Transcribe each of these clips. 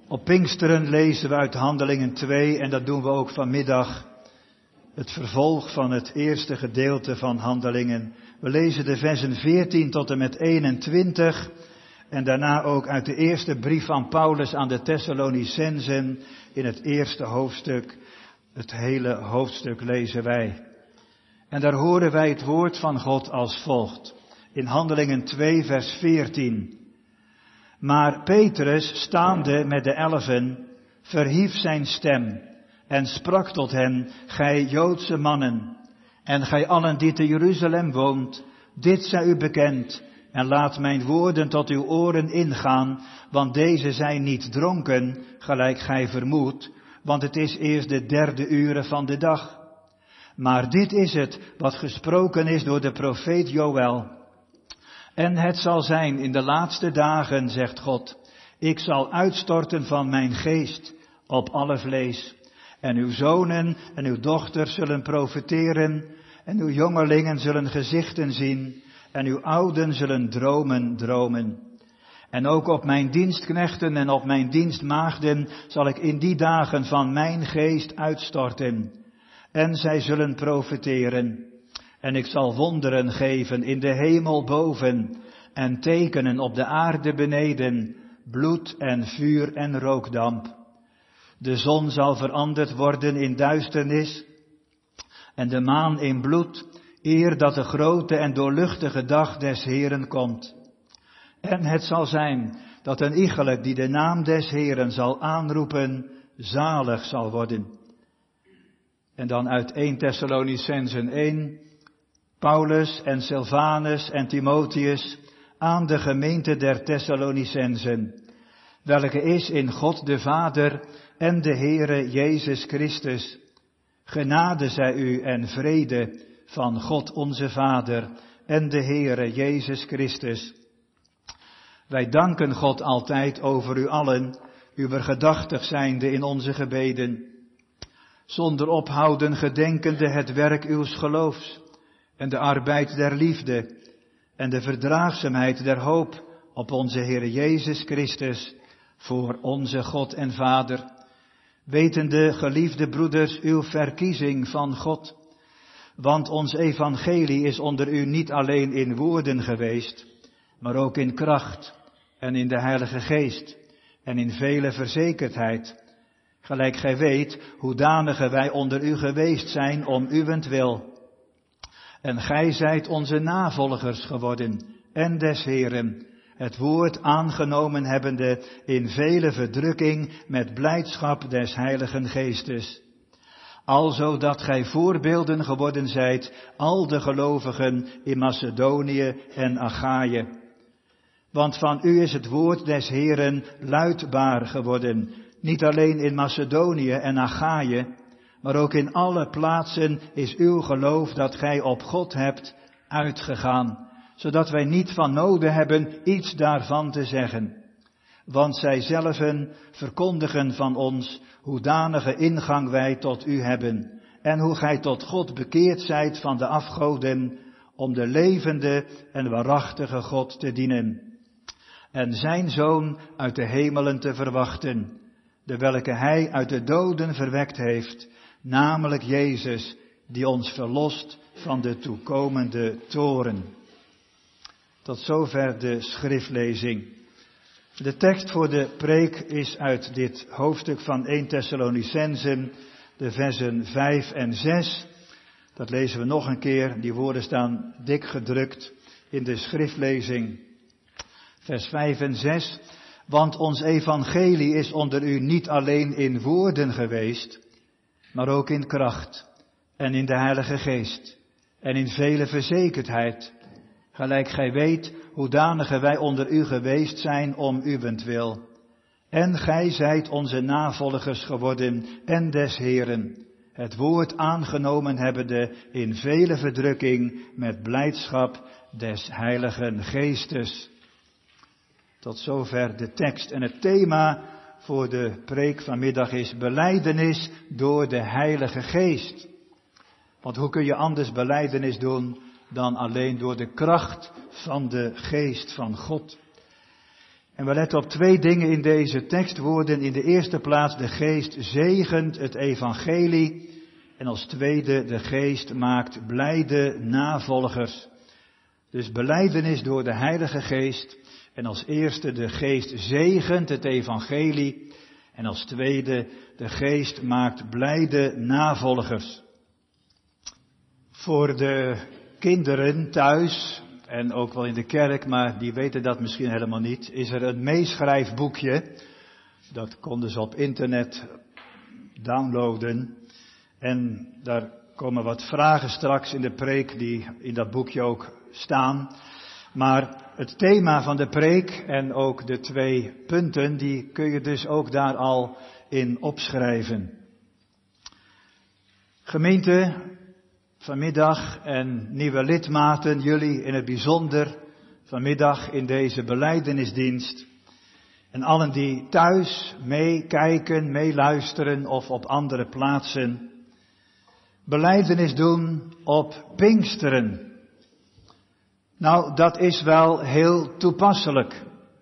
Op Pinksteren lezen we uit Handelingen 2 en dat doen we ook vanmiddag. Het vervolg van het eerste gedeelte van Handelingen. We lezen de versen 14 tot en met 21 en daarna ook uit de eerste brief van Paulus aan de Thessalonicenzen in het eerste hoofdstuk. Het hele hoofdstuk lezen wij. En daar horen wij het woord van God als volgt. In Handelingen 2 vers 14. Maar Petrus, staande met de 11, verhief zijn stem en sprak tot hen: Gij Joodse mannen, en gij allen die te Jeruzalem woont, dit zij u bekend, en laat mijn woorden tot uw oren ingaan, want deze zijn niet dronken, gelijk gij vermoedt, want het is eerst de 3e uur van de dag. Maar dit is het wat gesproken is door de profeet Joël. En het zal zijn in de laatste dagen, zegt God, ik zal uitstorten van mijn geest op alle vlees. En uw zonen en uw dochters zullen profeteren, en uw jongelingen zullen gezichten zien, en uw ouden zullen dromen. En ook op mijn dienstknechten en op mijn dienstmaagden zal ik in die dagen van mijn geest uitstorten. En zij zullen profeteren. En ik zal wonderen geven in de hemel boven en tekenen op de aarde beneden, bloed en vuur en rookdamp. De zon zal veranderd worden in duisternis en de maan in bloed, eer dat de grote en doorluchtige dag des Heeren komt. En het zal zijn dat een iegelijk die de naam des Heeren zal aanroepen, zalig zal worden. En dan uit 1 Thessalonicenzen 1, Paulus en Silvanus en Timotheus aan de gemeente der Thessalonicenzen, welke is in God de Vader en de Heere Jezus Christus. Genade zij u en vrede van God onze Vader en de Heere Jezus Christus. Wij danken God altijd over u allen, uwer gedachtig zijnde in onze gebeden, zonder ophouden gedenkende het werk uws geloofs en de arbeid der liefde en de verdraagzaamheid der hoop op onze Heere Jezus Christus voor onze God en Vader, wetende, geliefde broeders, uw verkiezing van God. Want ons evangelie is onder u niet alleen in woorden geweest, maar ook in kracht en in de Heilige Geest en in vele verzekerdheid. Gelijk gij weet, hoedanige wij onder u geweest zijn om uwentwil. En gij zijt onze navolgers geworden en des Heeren, het woord aangenomen hebbende in vele verdrukking met blijdschap des Heiligen Geestes. Alzo dat gij voorbeelden geworden zijt, al de gelovigen in Macedonië en Achaïe. Want van u is het woord des Heeren luidbaar geworden, niet alleen in Macedonië en Achaïe, maar ook in alle plaatsen is uw geloof dat gij op God hebt uitgegaan, zodat wij niet van noden hebben iets daarvan te zeggen. Want zij zelven verkondigen van ons hoedanige ingang wij tot u hebben, en hoe gij tot God bekeerd zijt van de afgoden, om de levende en waarachtige God te dienen, en zijn Zoon uit de hemelen te verwachten, de welke hij uit de doden verwekt heeft, namelijk Jezus, die ons verlost van de toekomende toorn. Tot zover de schriftlezing. De tekst voor de preek is uit dit hoofdstuk van 1 Thessalonicenzen, de versen 5 en 6. Dat lezen we nog een keer, die woorden staan dik gedrukt in de schriftlezing. Vers 5 en 6. Want ons evangelie is onder u niet alleen in woorden geweest, maar ook in kracht en in de Heilige Geest en in vele verzekerdheid. Gelijk gij weet, hoedanige wij onder u geweest zijn om uwentwil. En gij zijt onze navolgers geworden en des Heeren, het woord aangenomen hebbende in vele verdrukking met blijdschap des Heiligen Geestes. Tot zover de tekst. En het thema voor de preek vanmiddag is belijdenis door de Heilige Geest. Want hoe kun je anders belijdenis doen dan alleen door de kracht van de Geest van God? En we letten op 2 dingen in deze tekstwoorden. In de eerste plaats, de geest zegent het evangelie. En als tweede, de geest maakt blijde navolgers. Dus belijdenis door de Heilige Geest. En als eerste, de geest zegent het evangelie. En als tweede, de geest maakt blijde navolgers. Voor de kinderen thuis, en ook wel in de kerk, maar die weten dat misschien helemaal niet, is er een meeschrijfboekje. Dat konden ze op internet downloaden. En daar komen wat vragen straks in de preek die in dat boekje ook staan. Maar het thema van de preek en ook de 2 punten, die kun je dus ook daar al in opschrijven. Gemeente, vanmiddag en nieuwe lidmaten, jullie in het bijzonder vanmiddag in deze belijdenisdienst. En allen die thuis meekijken, meeluisteren of op andere plaatsen. Belijdenis doen op Pinksteren. Nou, dat is wel heel toepasselijk.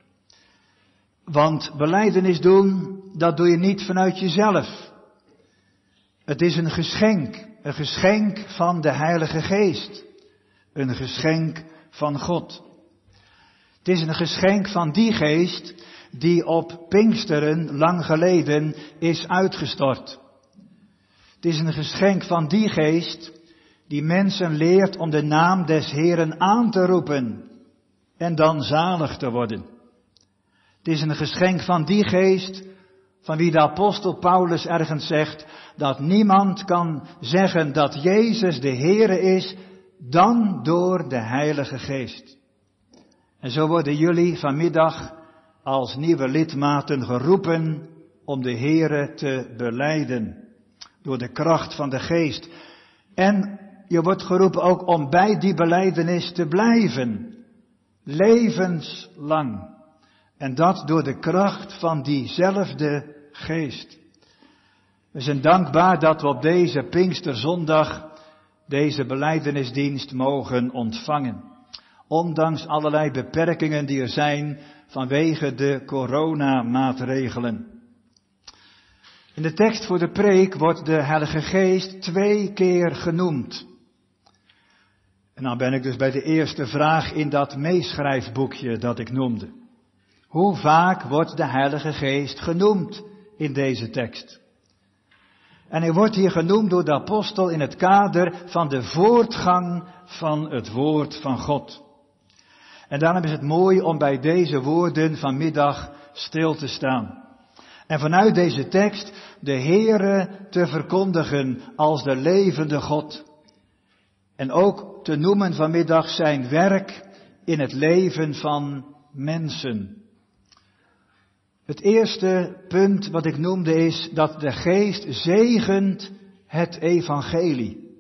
Want belijdenis doen, dat doe je niet vanuit jezelf. Het is een geschenk van de Heilige Geest. Een geschenk van God. Het is een geschenk van die Geest die op Pinksteren lang geleden is uitgestort. Het is een geschenk van die Geest die mensen leert om de naam des Heeren aan te roepen en dan zalig te worden. Het is een geschenk van die Geest van wie de apostel Paulus ergens zegt dat niemand kan zeggen dat Jezus de Heere is dan door de Heilige Geest. En zo worden jullie vanmiddag als nieuwe lidmaten geroepen om de Heere te belijden door de kracht van de Geest. En je wordt geroepen ook om bij die belijdenis te blijven, levenslang. En dat door de kracht van diezelfde Geest. We zijn dankbaar dat we op deze Pinksterzondag deze belijdenisdienst mogen ontvangen. Ondanks allerlei beperkingen die er zijn vanwege de coronamaatregelen. In de tekst voor de preek wordt de Heilige Geest 2 keer genoemd. En dan ben ik dus bij de eerste vraag in dat meeschrijfboekje dat ik noemde. Hoe vaak wordt de Heilige Geest genoemd in deze tekst? En hij wordt hier genoemd door de apostel in het kader van de voortgang van het woord van God. En daarom is het mooi om bij deze woorden vanmiddag stil te staan. En vanuit deze tekst de Heere te verkondigen als de levende God. En ook te noemen vanmiddag zijn werk in het leven van mensen. Het eerste punt wat ik noemde is dat de Geest zegent het evangelie.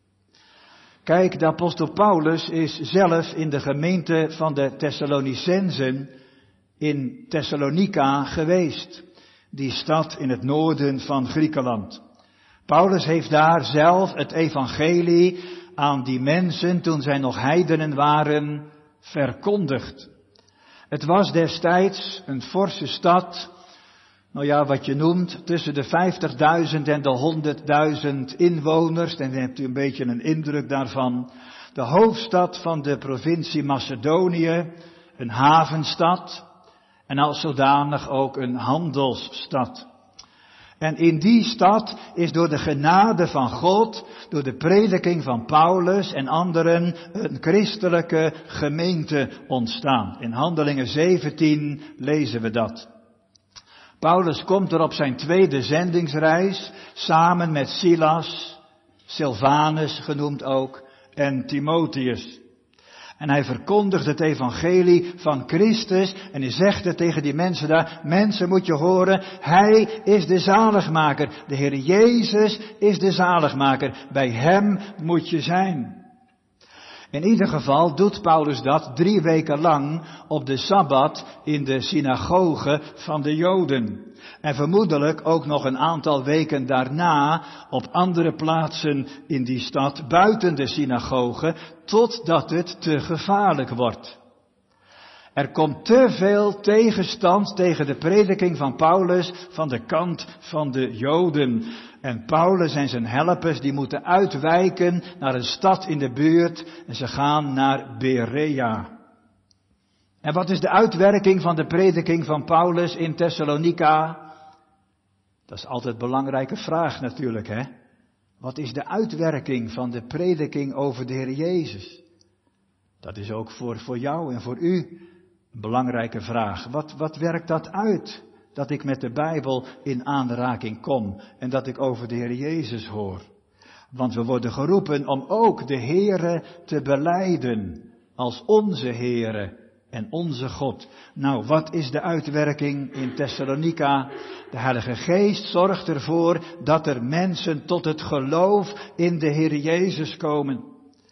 Kijk, de apostel Paulus is zelf in de gemeente van de Thessalonicensen in Thessalonica geweest. Die stad in het noorden van Griekenland. Paulus heeft daar zelf het evangelie aan die mensen, toen zij nog heidenen waren, verkondigd. Het was destijds een forse stad, nou ja, wat je noemt, tussen de 50.000 en de 100.000 inwoners. En dan hebt u een beetje een indruk daarvan. De hoofdstad van de provincie Macedonië, een havenstad. En als zodanig ook een handelsstad. En in die stad is door de genade van God, door de prediking van Paulus en anderen, een christelijke gemeente ontstaan. In Handelingen 17 lezen we dat. Paulus komt er op zijn 2e zendingsreis, samen met Silas, Silvanus genoemd ook, en Timotheus. En hij verkondigt het evangelie van Christus en hij zegt het tegen die mensen daar, mensen moet je horen, hij is de zaligmaker, de Heer Jezus is de zaligmaker, bij hem moet je zijn. In ieder geval doet Paulus dat 3 weken lang op de Sabbat in de synagoge van de Joden. En vermoedelijk ook nog een aantal weken daarna op andere plaatsen in die stad buiten de synagoge, totdat het te gevaarlijk wordt. Er komt te veel tegenstand tegen de prediking van Paulus van de kant van de Joden. En Paulus en zijn helpers die moeten uitwijken naar een stad in de buurt en ze gaan naar Berea. En wat is de uitwerking van de prediking van Paulus in Thessalonica? Dat is altijd een belangrijke vraag natuurlijk, hè? Wat is de uitwerking van de prediking over de Heer Jezus? Dat is ook voor jou en voor u een belangrijke vraag. Wat werkt dat uit? Dat ik met de Bijbel in aanraking kom en dat ik over de Heer Jezus hoor. Want we worden geroepen om ook de Heere te belijden als onze Heere en onze God. Nou, wat is de uitwerking in Thessalonica? De Heilige Geest zorgt ervoor dat er mensen tot het geloof in de Heer Jezus komen.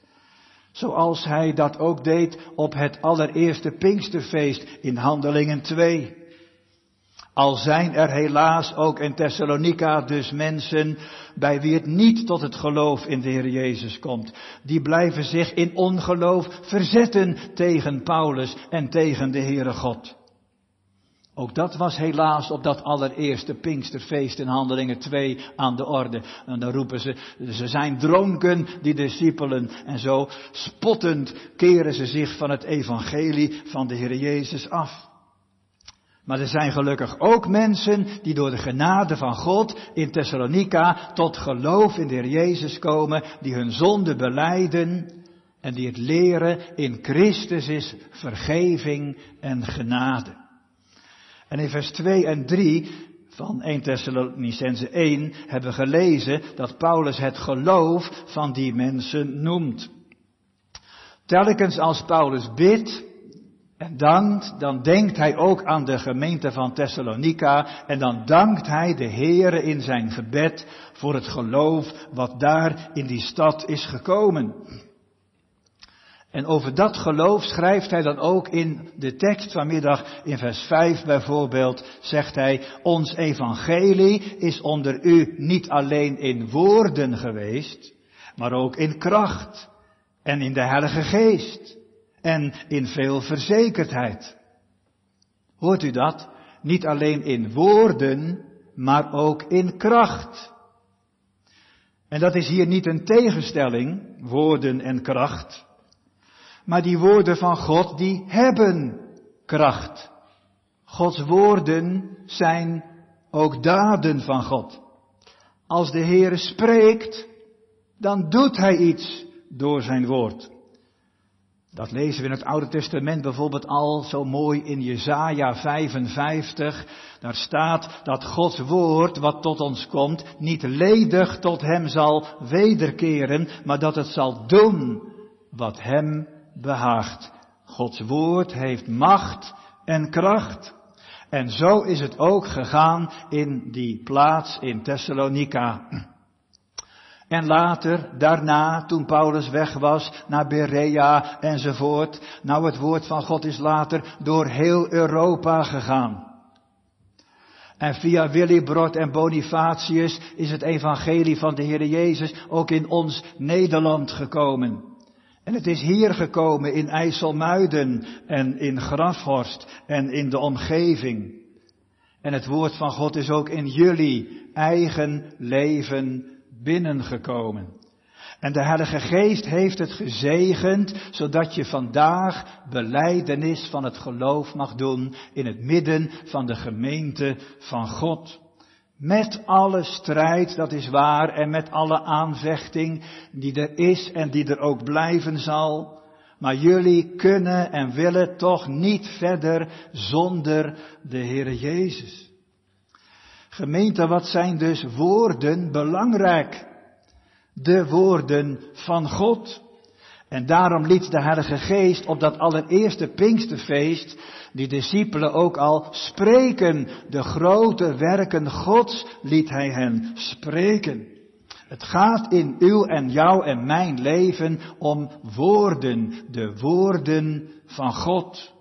Zoals hij dat ook deed op het allereerste Pinksterfeest in Handelingen 2. Al zijn er helaas ook in Thessalonica dus mensen bij wie het niet tot het geloof in de Heer Jezus komt. Die blijven zich in ongeloof verzetten tegen Paulus en tegen de Heere God. Ook dat was helaas op dat allereerste Pinksterfeest in Handelingen 2 aan de orde. En dan roepen ze zijn dronken, die discipelen. En zo spottend keren ze zich van het evangelie van de Heer Jezus af. Maar er zijn gelukkig ook mensen die door de genade van God in Thessalonica tot geloof in de Heer Jezus komen, die hun zonde belijden en die het leren in Christus is vergeving en genade. En in vers 2 en 3 van 1 Thessalonicenzen 1 hebben we gelezen dat Paulus het geloof van die mensen noemt. Telkens als Paulus bidt en dankt, dan denkt hij ook aan de gemeente van Thessalonica en dan dankt hij de Heere in zijn gebed voor het geloof wat daar in die stad is gekomen. En over dat geloof schrijft hij dan ook in de tekst vanmiddag in vers 5 bijvoorbeeld, zegt hij, ons evangelie is onder u niet alleen in woorden geweest, maar ook in kracht en in de Heilige Geest en in veel verzekerdheid. Hoort u dat? Niet alleen in woorden, maar ook in kracht. En dat is hier niet een tegenstelling, woorden en kracht. Maar die woorden van God, die hebben kracht. Gods woorden zijn ook daden van God. Als de Heere spreekt, dan doet hij iets door zijn woord. Dat lezen we in het Oude Testament bijvoorbeeld al zo mooi in Jesaja 55. Daar staat dat Gods woord wat tot ons komt niet ledig tot hem zal wederkeren, maar dat het zal doen wat hem behaagt. Gods woord heeft macht en kracht. En zo is het ook gegaan in die plaats in Thessalonica. En later, daarna, toen Paulus weg was, naar Berea enzovoort. Nou, het woord van God is later door heel Europa gegaan. En via Willibrord en Bonifatius is het evangelie van de Heer Jezus ook in ons Nederland gekomen. En het is hier gekomen in IJsselmuiden en in Grafhorst en in de omgeving. En het woord van God is ook in jullie eigen leven binnengekomen. En de Heilige Geest heeft het gezegend, zodat je vandaag belijdenis van het geloof mag doen in het midden van de gemeente van God. Met alle strijd, dat is waar, en met alle aanvechting die er is en die er ook blijven zal. Maar jullie kunnen en willen toch niet verder zonder de Heere Jezus. Gemeente, wat zijn dus woorden belangrijk? De woorden van God. En daarom liet de Heilige Geest op dat allereerste Pinksterfeest die discipelen ook al spreken. De grote werken Gods liet hij hen spreken. Het gaat in uw en jouw en mijn leven om woorden, de woorden van God.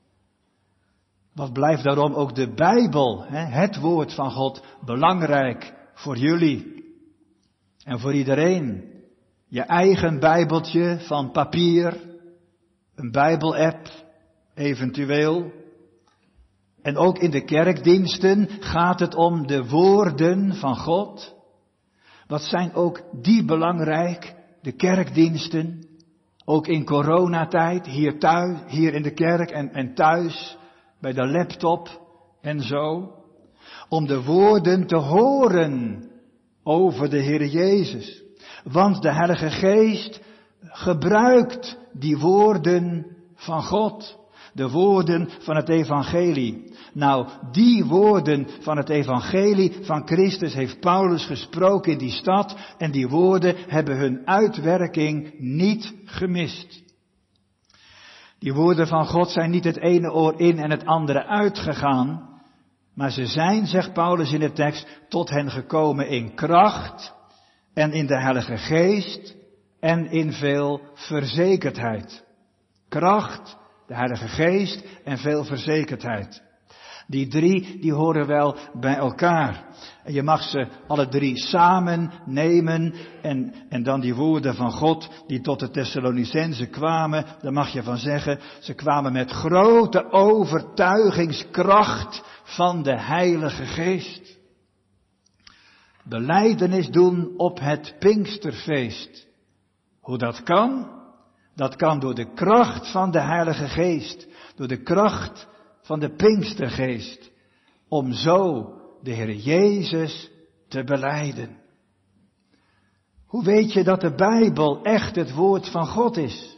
Wat blijft daarom ook de Bijbel, het woord van God, belangrijk voor jullie en voor iedereen. Je eigen Bijbeltje van papier, een Bijbel-app, eventueel. En ook in de kerkdiensten gaat het om de woorden van God. Wat zijn ook die belangrijk, de kerkdiensten? Ook in coronatijd, hier thuis, hier in de kerk en thuis, bij de laptop en zo. Om de woorden te horen over de Heer Jezus. Want de Heilige Geest gebruikt die woorden van God. De woorden van het evangelie. Nou, die woorden van het evangelie van Christus heeft Paulus gesproken in die stad. En die woorden hebben hun uitwerking niet gemist. Die woorden van God zijn niet het ene oor in en het andere uitgegaan. Maar ze zijn, zegt Paulus in de tekst, tot hen gekomen in kracht en in de Heilige Geest en in veel verzekerdheid. Kracht, de Heilige Geest en veel verzekerdheid. Die drie, die horen wel bij elkaar. En je mag ze alle drie samen nemen en dan die woorden van God die tot de Thessalonicenzen kwamen, daar mag je van zeggen, ze kwamen met grote overtuigingskracht van de Heilige Geest. Belijdenis doen op het Pinksterfeest. Hoe dat kan? Dat kan door de kracht van de Heilige Geest. Door de kracht van de Pinkstergeest. Om zo de Heer Jezus te belijden. Hoe weet je dat de Bijbel echt het woord van God is?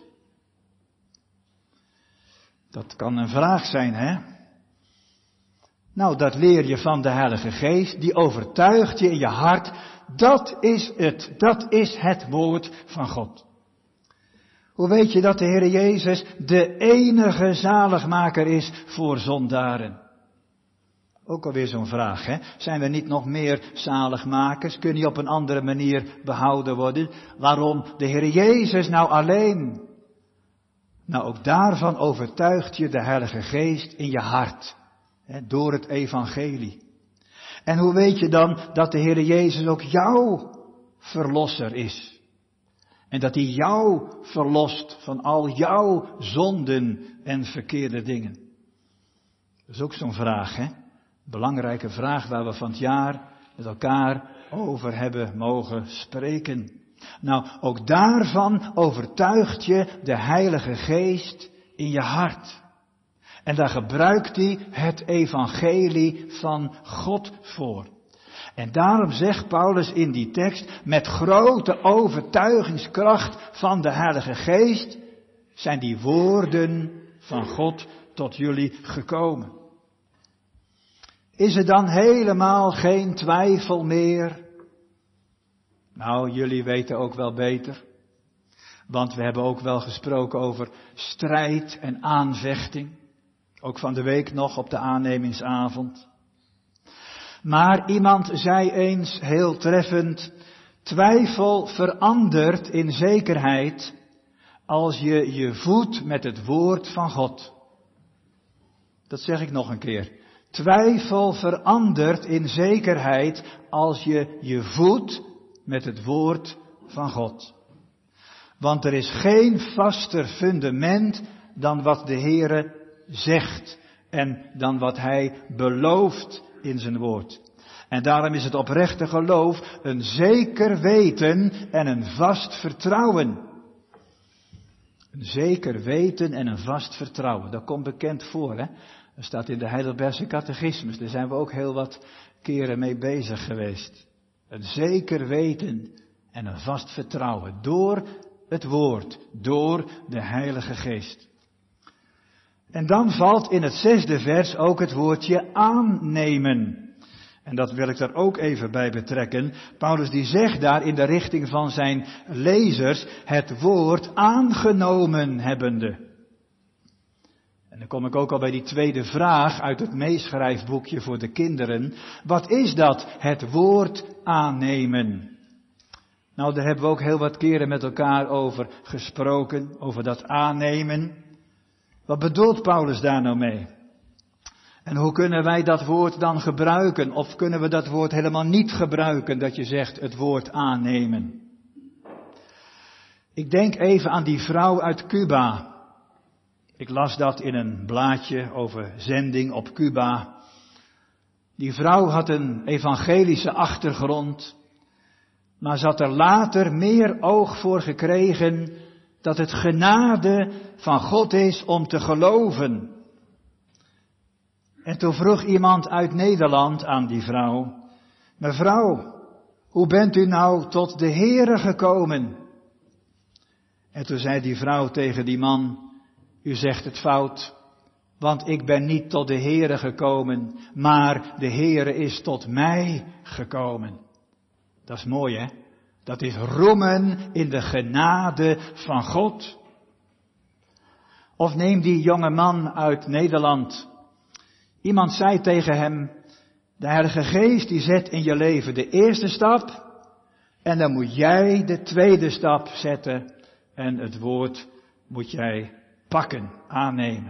Dat kan een vraag zijn, hè? Nou, dat leer je van de Heilige Geest. Die overtuigt je in je hart. Dat is het. Dat is het woord van God. Hoe weet je dat de Heer Jezus de enige zaligmaker is voor zondaren? Ook alweer zo'n vraag, hè? Zijn er niet nog meer zaligmakers? Kun je op een andere manier behouden worden? Waarom de Heer Jezus nou alleen? Nou, ook daarvan overtuigt je de Heilige Geest in je hart. Hè, door het evangelie. En hoe weet je dan dat de Heer Jezus ook jouw verlosser is? En dat hij jou verlost van al jouw zonden en verkeerde dingen. Dat is ook zo'n vraag, hè? Belangrijke vraag waar we van het jaar met elkaar over hebben mogen spreken. Nou, ook daarvan overtuigt je de Heilige Geest in je hart. En daar gebruikt hij het evangelie van God voor. En daarom zegt Paulus in die tekst, met grote overtuigingskracht van de Heilige Geest, zijn die woorden van God tot jullie gekomen. Is er dan helemaal geen twijfel meer? Nou, jullie weten ook wel beter. Want we hebben ook wel gesproken over strijd en aanvechting. Ook van de week nog op de aannemingsavond. Maar iemand zei eens heel treffend, twijfel verandert in zekerheid als je je voedt met het woord van God. Dat zeg ik nog een keer. Twijfel verandert in zekerheid als je je voedt met het woord van God. Want er is geen vaster fundament dan wat de Heere zegt en dan wat Hij belooft in zijn woord. En daarom is het oprechte geloof een zeker weten en een vast vertrouwen. Een zeker weten en een vast vertrouwen. Dat komt bekend voor, hè. Dat staat in de Heidelbergse Catechismus. Daar zijn we ook heel wat keren mee bezig geweest. Een zeker weten en een vast vertrouwen. Door het woord. Door de Heilige Geest. En dan valt in het 6e vers ook het woordje aannemen. En dat wil ik daar ook even bij betrekken. Paulus die zegt daar in de richting van zijn lezers het woord aangenomen hebbende. En dan kom ik ook al bij die tweede vraag uit het meeschrijfboekje voor de kinderen. Wat is dat, het woord aannemen? Nou, daar hebben we ook heel wat keren met elkaar over gesproken, over dat aannemen. Wat bedoelt Paulus daar nou mee? En hoe kunnen wij dat woord dan gebruiken? Of kunnen we dat woord helemaal niet gebruiken, dat je zegt het woord aannemen? Ik denk even aan die vrouw uit Cuba. Ik las dat in een blaadje over zending op Cuba. Die vrouw had een evangelische achtergrond, maar ze had er later meer oog voor gekregen dat het genade van God is om te geloven. En toen vroeg iemand uit Nederland aan die vrouw: mevrouw, hoe bent u nou tot de Heere gekomen? En toen zei die vrouw tegen die man: u zegt het fout, want ik ben niet tot de Heere gekomen, maar de Heere is tot mij gekomen. Dat is mooi, hè? Dat is roemen in de genade van God. Of neem die jonge man uit Nederland. Iemand zei tegen hem: de Heilige Geest die zet in je leven de eerste stap en dan moet jij de tweede stap zetten en het woord moet jij pakken, aannemen,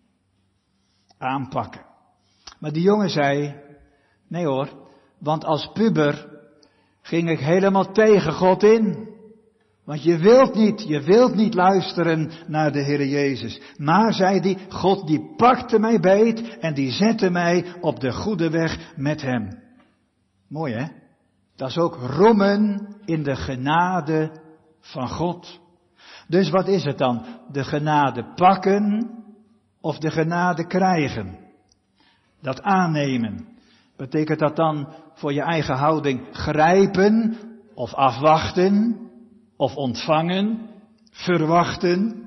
aanpakken. Maar die jongen zei: nee hoor, want als puber ging ik helemaal tegen God in. Want je wilt niet luisteren naar de Heer Jezus. Maar, zei hij, God die pakte mij beet en die zette mij op de goede weg met hem. Mooi hè? Dat is ook roemen in de genade van God. Dus wat is het dan? De genade pakken of de genade krijgen? Dat aannemen. Betekent dat dan voor je eigen houding grijpen of afwachten of ontvangen, verwachten?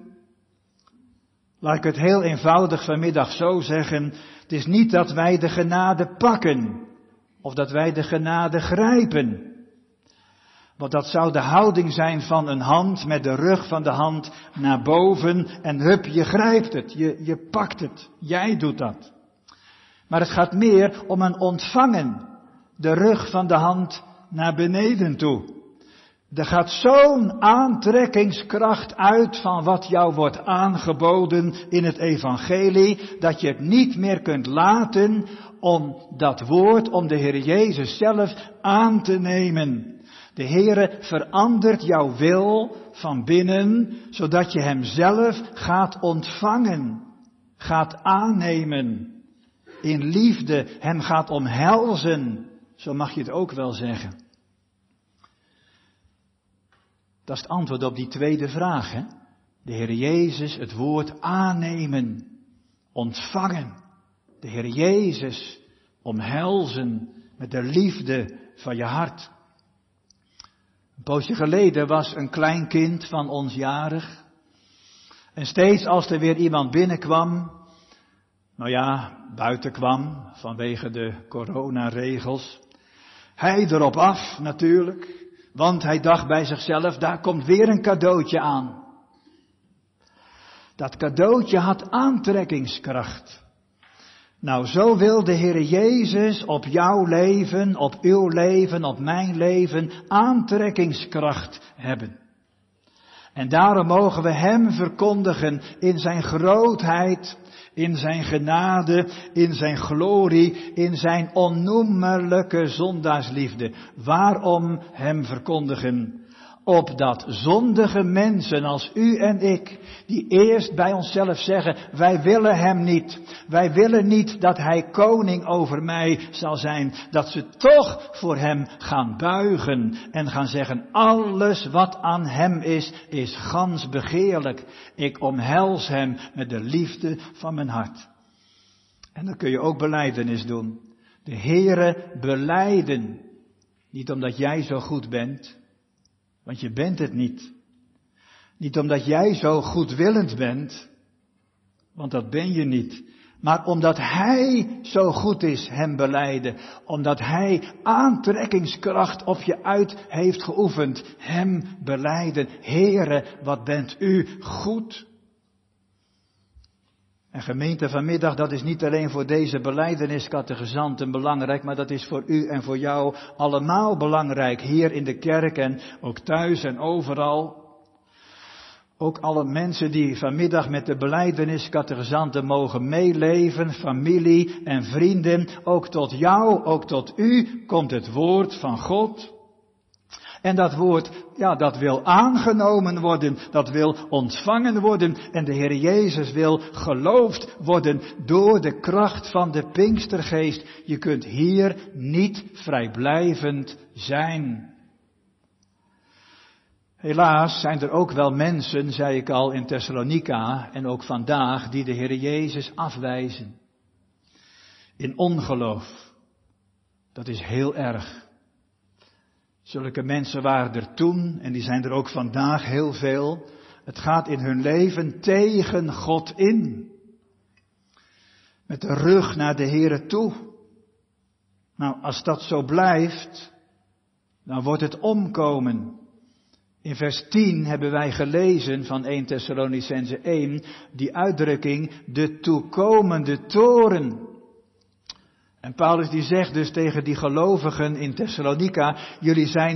Laat ik het heel eenvoudig vanmiddag zo zeggen. Het is niet dat wij de genade pakken of dat wij de genade grijpen. Want dat zou de houding zijn van een hand met de rug van de hand naar boven en hup, je grijpt het, je pakt het, jij doet dat. Maar het gaat meer om een ontvangen, de rug van de hand naar beneden toe. Er gaat zo'n aantrekkingskracht uit van wat jou wordt aangeboden in het evangelie, dat je het niet meer kunt laten om dat woord, om de Heer Jezus zelf aan te nemen. De Heere verandert jouw wil van binnen, zodat je Hem zelf gaat ontvangen, gaat aannemen, in liefde Hem gaat omhelzen, zo mag je het ook wel zeggen. Dat is het antwoord op die tweede vraag, hè? De Heer Jezus, het woord aannemen, ontvangen. De Heer Jezus omhelzen met de liefde van je hart. Een poosje geleden was een klein kind van ons jarig. En steeds als er weer iemand binnenkwam, buiten kwam vanwege de coronaregels, hij erop af natuurlijk, want hij dacht bij zichzelf, daar komt weer een cadeautje aan. Dat cadeautje had aantrekkingskracht. Nou, zo wil de Heer Jezus op jouw leven, op uw leven, op mijn leven aantrekkingskracht hebben. En daarom mogen we Hem verkondigen in Zijn grootheid, in Zijn genade, in Zijn glorie, in Zijn onnoemelijke zondaarsliefde. Waarom Hem verkondigen? Opdat zondige mensen als u en ik, die eerst bij onszelf zeggen, wij willen Hem niet. Wij willen niet dat Hij koning over mij zal zijn. Dat ze toch voor Hem gaan buigen en gaan zeggen, alles wat aan Hem is gans begeerlijk. Ik omhels Hem met de liefde van mijn hart. En dan kun je ook belijdenis doen. De Heere belijden. Niet omdat jij zo goed bent. Want je bent het niet. Niet omdat jij zo goedwillend bent, want dat ben je niet. Maar omdat Hij zo goed is, Hem belijden. Omdat Hij aantrekkingskracht op je uit heeft geoefend, Hem belijden. Heere, wat bent U goed. En gemeente vanmiddag, dat is niet alleen voor deze belijdeniscategezanten belangrijk, maar dat is voor u en voor jou allemaal belangrijk. Hier in de kerk en ook thuis en overal. Ook alle mensen die vanmiddag met de belijdeniscategezanten mogen meeleven, familie en vrienden. Ook tot jou, ook tot u komt het woord van God. En dat woord, dat wil aangenomen worden, dat wil ontvangen worden. En de Heer Jezus wil geloofd worden door de kracht van de Pinkstergeest. Je kunt hier niet vrijblijvend zijn. Helaas zijn er ook wel mensen, zei ik al in Thessalonica en ook vandaag, die de Heer Jezus afwijzen. In ongeloof. Dat is heel erg. Zulke mensen waren er toen en die zijn er ook vandaag heel veel. Het gaat in hun leven tegen God in. Met de rug naar de Heere toe. Nou, als dat zo blijft, dan wordt het omkomen. In vers 10 hebben wij gelezen van 1 Thessalonicense 1, die uitdrukking, de toekomende toren. En Paulus die zegt dus tegen die gelovigen in Thessalonica, jullie zijn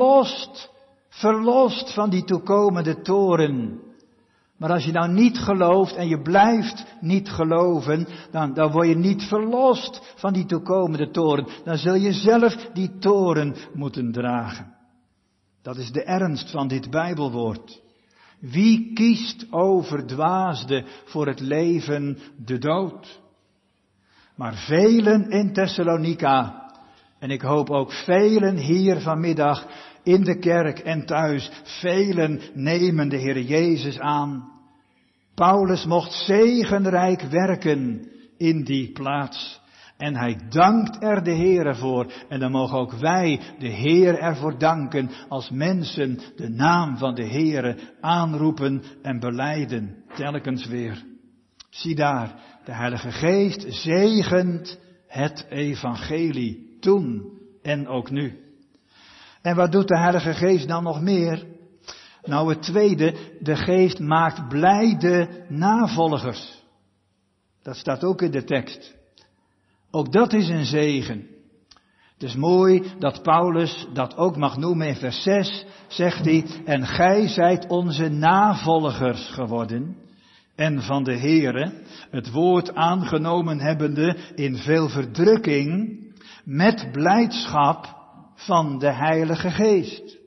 verlost van die toekomende toren. Maar als je nou niet gelooft en je blijft niet geloven, dan word je niet verlost van die toekomende toren. Dan zul je zelf die toren moeten dragen. Dat is de ernst van dit Bijbelwoord. Wie kiest overdwaasde voor het leven de dood? Maar velen in Thessalonica, en ik hoop ook velen hier vanmiddag in de kerk en thuis, velen nemen de Heer Jezus aan. Paulus mocht zegenrijk werken in die plaats. En hij dankt er de Heere voor. En dan mogen ook wij de Heer ervoor danken als mensen de naam van de Heere aanroepen en belijden. Telkens weer. Zie daar, de Heilige Geest zegent het evangelie toen en ook nu. En wat doet de Heilige Geest dan nog meer? Nou, het tweede, de Geest maakt blijde navolgers. Dat staat ook in de tekst. Ook dat is een zegen. Het is mooi dat Paulus dat ook mag noemen in vers 6, zegt hij, en gij zijt onze navolgers geworden en van de Heere, het woord aangenomen hebbende in veel verdrukking, met blijdschap van de Heilige Geest.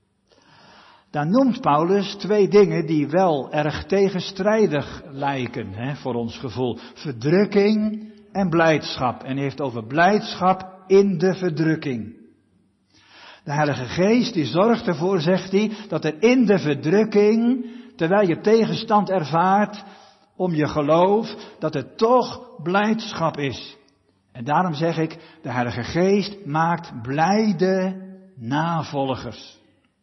Daar noemt Paulus twee dingen die wel erg tegenstrijdig lijken, voor ons gevoel. Verdrukking en blijdschap. En hij heeft over blijdschap in de verdrukking. De Heilige Geest die zorgt ervoor, zegt hij, dat er in de verdrukking, terwijl je tegenstand ervaart om je geloof, dat er toch blijdschap is. En daarom zeg ik, de Heilige Geest maakt blijde navolgers.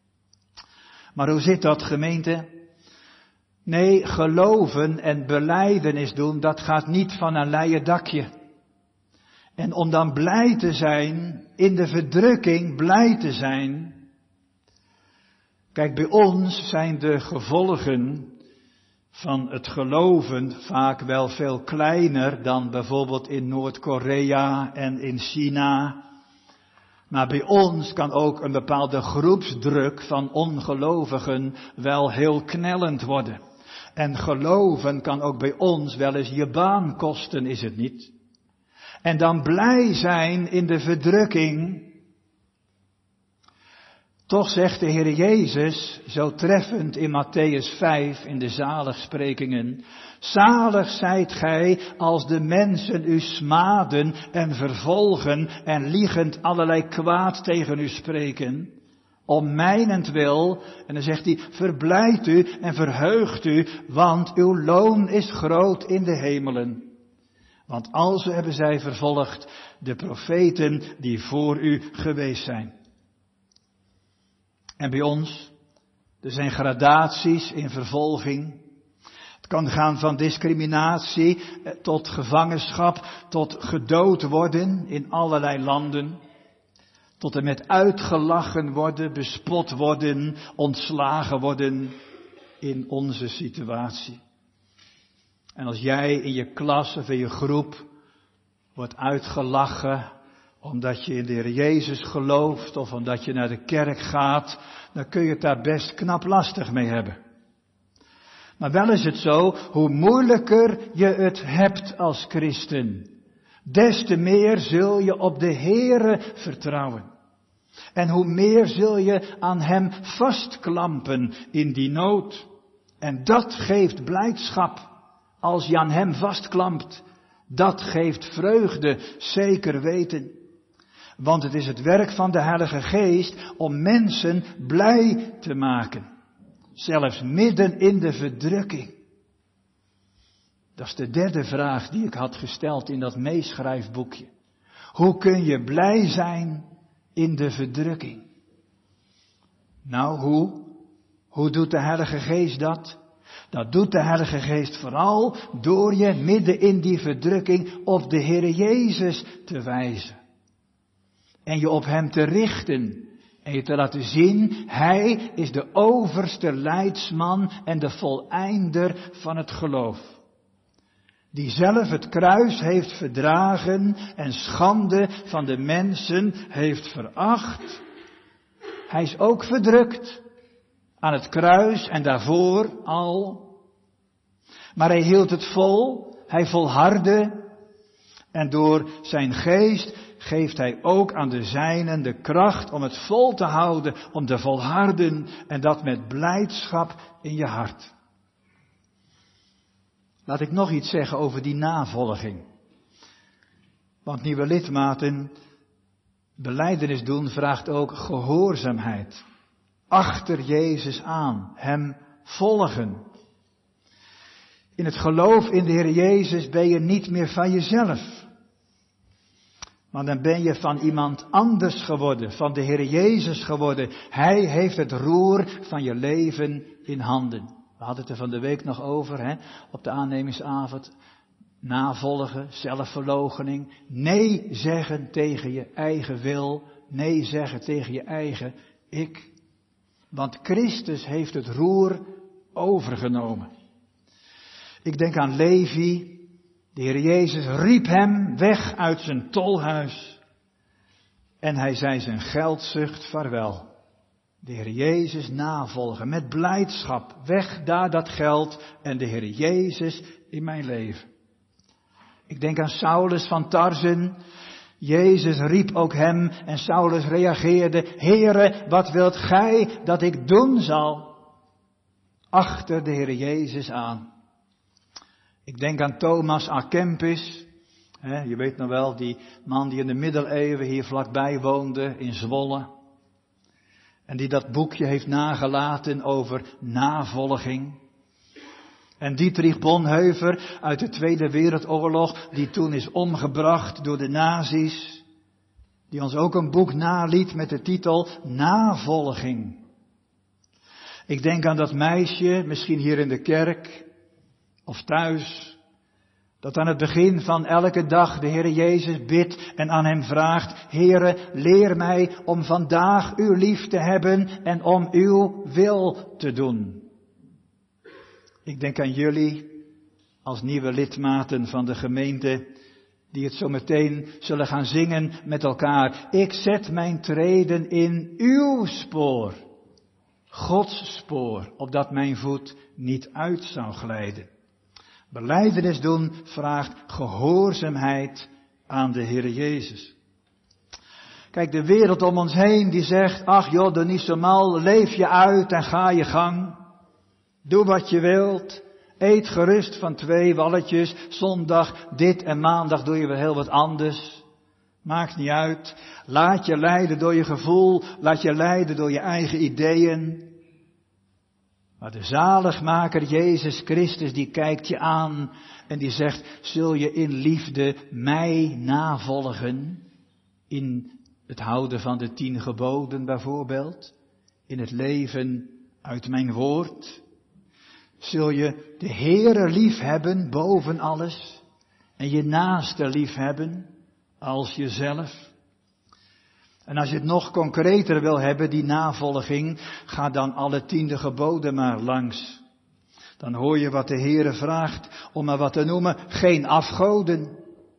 Maar hoe zit dat, gemeente? Nee, geloven en belijdenis doen, dat gaat niet van een leien dakje. En om dan blij te zijn, in de verdrukking blij te zijn. Kijk, bij ons zijn de gevolgen van het geloven vaak wel veel kleiner dan bijvoorbeeld in Noord-Korea en in China. Maar bij ons kan ook een bepaalde groepsdruk van ongelovigen wel heel knellend worden. En geloven kan ook bij ons wel eens je baan kosten, is het niet? En dan blij zijn in de verdrukking. Toch zegt de Heer Jezus, zo treffend in Mattheüs 5 in de zaligsprekingen, zalig zijt gij als de mensen u smaden en vervolgen en liegend allerlei kwaad tegen u spreken, om mijnentwil, en dan zegt hij, verblijd u en verheugt u, want uw loon is groot in de hemelen. Want alzo hebben zij vervolgd de profeten die voor u geweest zijn. En bij ons, er zijn gradaties in vervolging. Het kan gaan van discriminatie tot gevangenschap, tot gedood worden in allerlei landen. Tot en met uitgelachen worden, bespot worden, ontslagen worden in onze situatie. En als jij in je klas of in je groep wordt uitgelachen omdat je in de Heer Jezus gelooft of omdat je naar de kerk gaat, dan kun je het daar best knap lastig mee hebben. Maar wel is het zo, hoe moeilijker je het hebt als christen, des te meer zul je op de Heere vertrouwen. En hoe meer zul je aan hem vastklampen in die nood. En dat geeft blijdschap als je aan hem vastklampt. Dat geeft vreugde, zeker weten. Want het is het werk van de Heilige Geest om mensen blij te maken. Zelfs midden in de verdrukking. Dat is de derde vraag die ik had gesteld in dat meeschrijfboekje. Hoe kun je blij zijn in de verdrukking? Nou, hoe doet de Heilige Geest dat? Dat doet de Heilige Geest vooral door je midden in die verdrukking op de Heere Jezus te wijzen. En je op hem te richten. En je te laten zien, hij is de overste leidsman en de voleinder van het geloof. Die zelf het kruis heeft verdragen en schande van de mensen heeft veracht. Hij is ook verdrukt aan het kruis en daarvoor al. Maar hij hield het vol, hij volhardde. En door zijn geest geeft hij ook aan de zijnen de kracht om het vol te houden, om te volharden en dat met blijdschap in je hart. Laat ik nog iets zeggen over die navolging. Want nieuwe lidmaten, belijdenis doen vraagt ook gehoorzaamheid. Achter Jezus aan, hem volgen. In het geloof in de Heer Jezus ben je niet meer van jezelf. Maar dan ben je van iemand anders geworden, van de Heer Jezus geworden. Hij heeft het roer van je leven in handen. We hadden het er van de week nog over, op de aannemingsavond. Navolgen, zelfverloochening. Nee zeggen tegen je eigen wil. Nee zeggen tegen je eigen ik. Want Christus heeft het roer overgenomen. Ik denk aan Levi. De Heer Jezus riep hem weg uit zijn tolhuis. En hij zei zijn geldzucht vaarwel. De Heer Jezus navolgen met blijdschap. Weg daar dat geld en de Heer Jezus in mijn leven. Ik denk aan Saulus van Tarsen. Jezus riep ook hem en Saulus reageerde. Heere, wat wilt gij dat ik doen zal? Achter de Heer Jezus aan. Ik denk aan Thomas à Kempis. Je weet nog wel, die man die in de middeleeuwen hier vlakbij woonde in Zwolle. En die dat boekje heeft nagelaten over navolging. En Dietrich Bonhoeffer uit de Tweede Wereldoorlog, die toen is omgebracht door de nazi's. Die ons ook een boek naliet met de titel Navolging. Ik denk aan dat meisje, misschien hier in de kerk of thuis, dat aan het begin van elke dag de Heere Jezus bidt en aan hem vraagt, Heere, leer mij om vandaag uw lief te hebben en om uw wil te doen. Ik denk aan jullie als nieuwe lidmaten van de gemeente, die het zo meteen zullen gaan zingen met elkaar. Ik zet mijn treden in uw spoor, Gods spoor, opdat mijn voet niet uit zou glijden. Belijdenis doen vraagt gehoorzaamheid aan de Heer Jezus. Kijk, de wereld om ons heen die zegt, ach joh, doe niet zo mal, leef je uit en ga je gang. Doe wat je wilt, eet gerust van 2 walletjes, zondag dit en maandag doe je weer heel wat anders. Maakt niet uit, laat je leiden door je gevoel, laat je leiden door je eigen ideeën. Maar de zaligmaker Jezus Christus die kijkt je aan en die zegt, zul je in liefde mij navolgen? In het houden van de 10 geboden bijvoorbeeld, in het leven uit mijn woord. Zul je de Heere lief hebben boven alles en je naaste lief hebben als jezelf? En als je het nog concreter wil hebben, die navolging, ga dan alle 10e geboden maar langs. Dan hoor je wat de Heere vraagt, om maar wat te noemen, geen afgoden,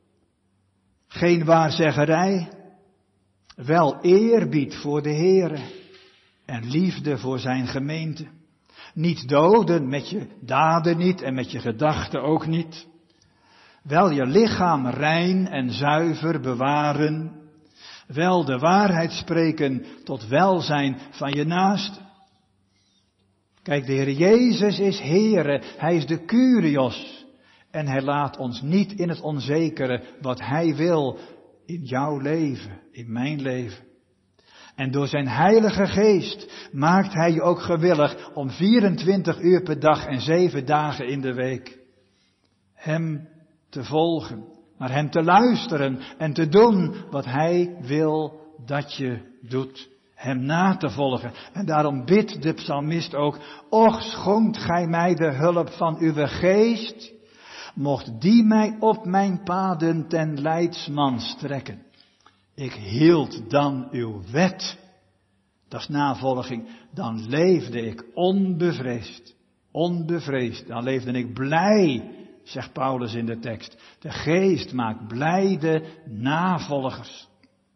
geen waarzeggerij, wel eerbied voor de Heere en liefde voor zijn gemeente. Niet doden, met je daden niet en met je gedachten ook niet. Wel je lichaam rein en zuiver bewaren. Wel de waarheid spreken tot welzijn van je naaste. Kijk, de Heer Jezus is Heere, Hij is de Kyrios. En Hij laat ons niet in het onzekere wat Hij wil in jouw leven, in mijn leven. En door zijn Heilige Geest maakt Hij je ook gewillig om 24 uur per dag en 7 dagen in de week Hem te volgen, naar Hem te luisteren en te doen wat Hij wil dat je doet. Hem na te volgen. En daarom bidt de psalmist ook, och schonkt gij mij de hulp van uw geest, mocht die mij op mijn paden ten leidsman strekken. Ik hield dan uw wet. Dat is navolging. Dan leefde ik onbevreesd. Onbevreesd. Dan leefde ik blij, zegt Paulus in de tekst. De geest maakt blijde navolgers.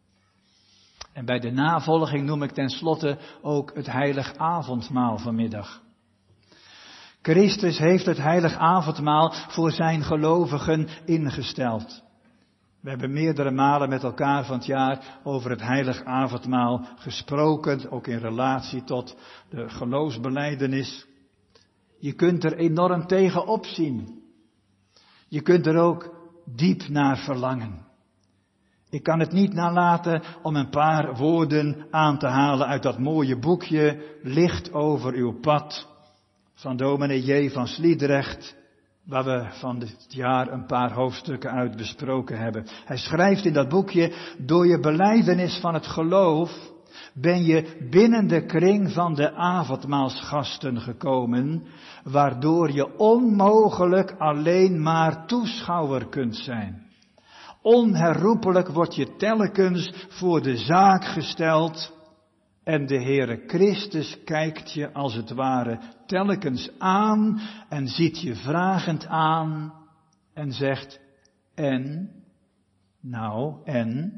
En bij de navolging noem ik tenslotte ook het heilig avondmaal vanmiddag. Christus heeft het heilig avondmaal voor zijn gelovigen ingesteld. We hebben meerdere malen met elkaar van het jaar over het heilig avondmaal gesproken, ook in relatie tot de geloofsbelijdenis. Je kunt er enorm tegen opzien. Je kunt er ook diep naar verlangen. Ik kan het niet nalaten om een paar woorden aan te halen uit dat mooie boekje Licht over uw pad van dominee J. van Sliedrecht, waar we van dit jaar een paar hoofdstukken uit besproken hebben. Hij schrijft in dat boekje, door je belijdenis van het geloof ben je binnen de kring van de avondmaalsgasten gekomen, waardoor je onmogelijk alleen maar toeschouwer kunt zijn. Onherroepelijk word je telkens voor de zaak gesteld en de Heere Christus kijkt je als het ware telkens aan en ziet je vragend aan en zegt, en? Nou, en?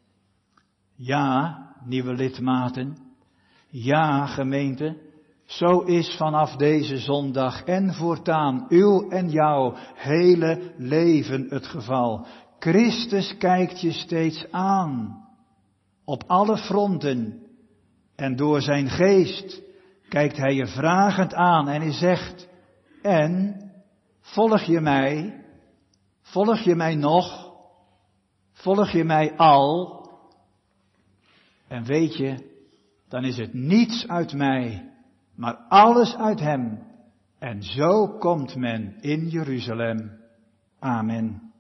Ja, nieuwe lidmaten. Ja, gemeente. Zo is vanaf deze zondag en voortaan uw en jouw hele leven het geval. Christus kijkt je steeds aan. Op alle fronten. En door zijn geest kijkt hij je vragend aan en hij zegt, en, volg je mij? Volg je mij nog? Volg je mij al? En weet je, dan is het niets uit mij, maar alles uit hem. En zo komt men in Jeruzalem. Amen.